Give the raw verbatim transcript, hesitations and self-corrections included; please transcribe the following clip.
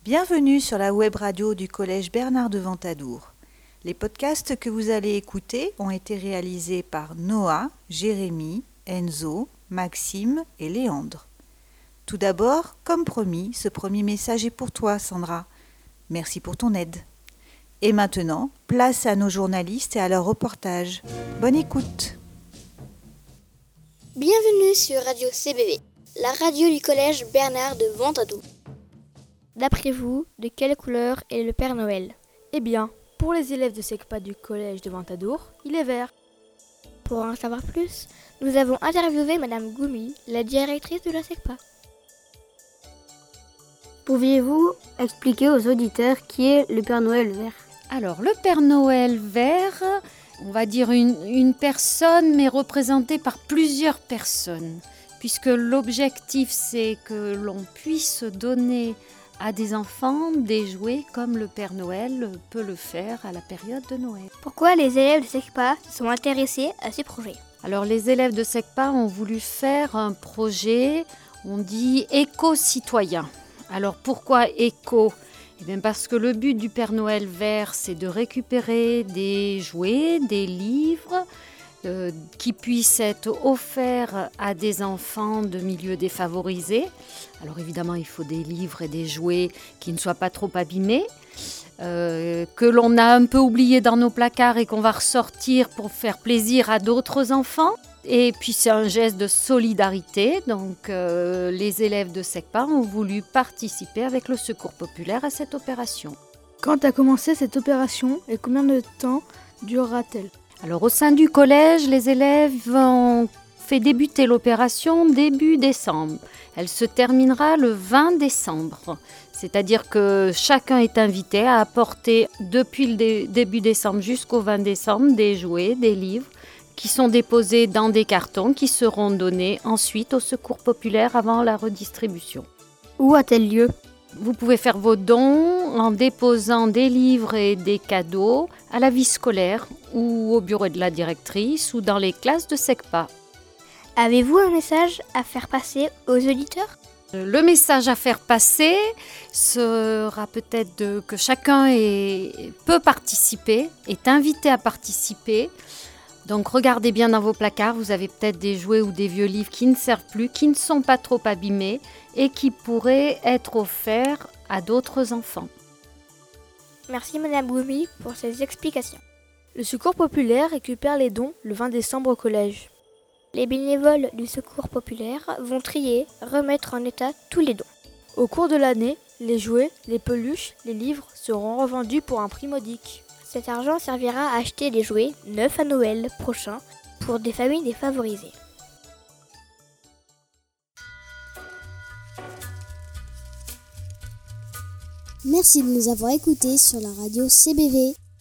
Bienvenue sur la web radio du Collège Bernard de Ventadour. Les podcasts que vous allez écouter ont été réalisés par Noah, Jérémy, Enzo, Maxime et Léandre. Tout d'abord, comme promis, ce premier message est pour toi, Sandra. Merci pour ton aide. Et maintenant, place à nos journalistes et à leur reportage. Bonne écoute. Bienvenue sur Radio C B V, la radio du Collège Bernard de Ventadour. D'après vous, de quelle couleur est le Père Noël ? Eh bien, pour les élèves de SECPA du collège de Ventadour, il est vert. Pour en savoir plus, nous avons interviewé Madame Goumi, la directrice de la SECPA. Pouviez-vous expliquer aux auditeurs qui est le Père Noël vert ? Alors, le Père Noël vert, on va dire une, une personne, mais représentée par plusieurs personnes, puisque l'objectif, c'est que l'on puisse donner à des enfants des jouets comme le Père Noël peut le faire à la période de Noël. Pourquoi les élèves de SECPA se sont intéressés à ces projets ? Alors, les élèves de SECPA ont voulu faire un projet, on dit éco-citoyen. Alors, pourquoi éco ? Eh bien parce que le but du Père Noël vert, c'est de récupérer des jouets, des livres euh, qui puissent être offerts à des enfants de milieux défavorisés. Alors évidemment, il faut des livres et des jouets qui ne soient pas trop abîmés, euh, que l'on a un peu oublié dans nos placards et qu'on va ressortir pour faire plaisir à d'autres enfants. Et puis c'est un geste de solidarité, donc euh, les élèves de SECPA ont voulu participer avec le Secours populaire à cette opération. Quand a commencé cette opération et combien de temps durera-t-elle ? Alors au sein du collège, les élèves ont fait débuter l'opération début décembre. Elle se terminera le vingt décembre, c'est-à-dire que chacun est invité à apporter depuis le dé- début décembre jusqu'au vingt décembre des jouets, des livres, qui sont déposés dans des cartons qui seront donnés ensuite au Secours populaire avant la redistribution. Où a-t-elle lieu ? Vous pouvez faire vos dons en déposant des livres et des cadeaux à la vie scolaire ou au bureau de la directrice ou dans les classes de SECPA. Avez-vous un message à faire passer aux auditeurs ? Le message à faire passer sera peut-être de, que chacun est, peut participer, est invité à participer. Donc regardez bien dans vos placards, vous avez peut-être des jouets ou des vieux livres qui ne servent plus, qui ne sont pas trop abîmés et qui pourraient être offerts à d'autres enfants. Merci Madame Goumi pour ces explications. Le Secours populaire récupère les dons le vingt décembre au collège. Les bénévoles du Secours populaire vont trier, remettre en état tous les dons. Au cours de l'année, les jouets, les peluches, les livres seront revendus pour un prix modique. Cet argent servira à acheter des jouets neufs à Noël prochain pour des familles défavorisées. Merci de nous avoir écoutés sur la radio C B V.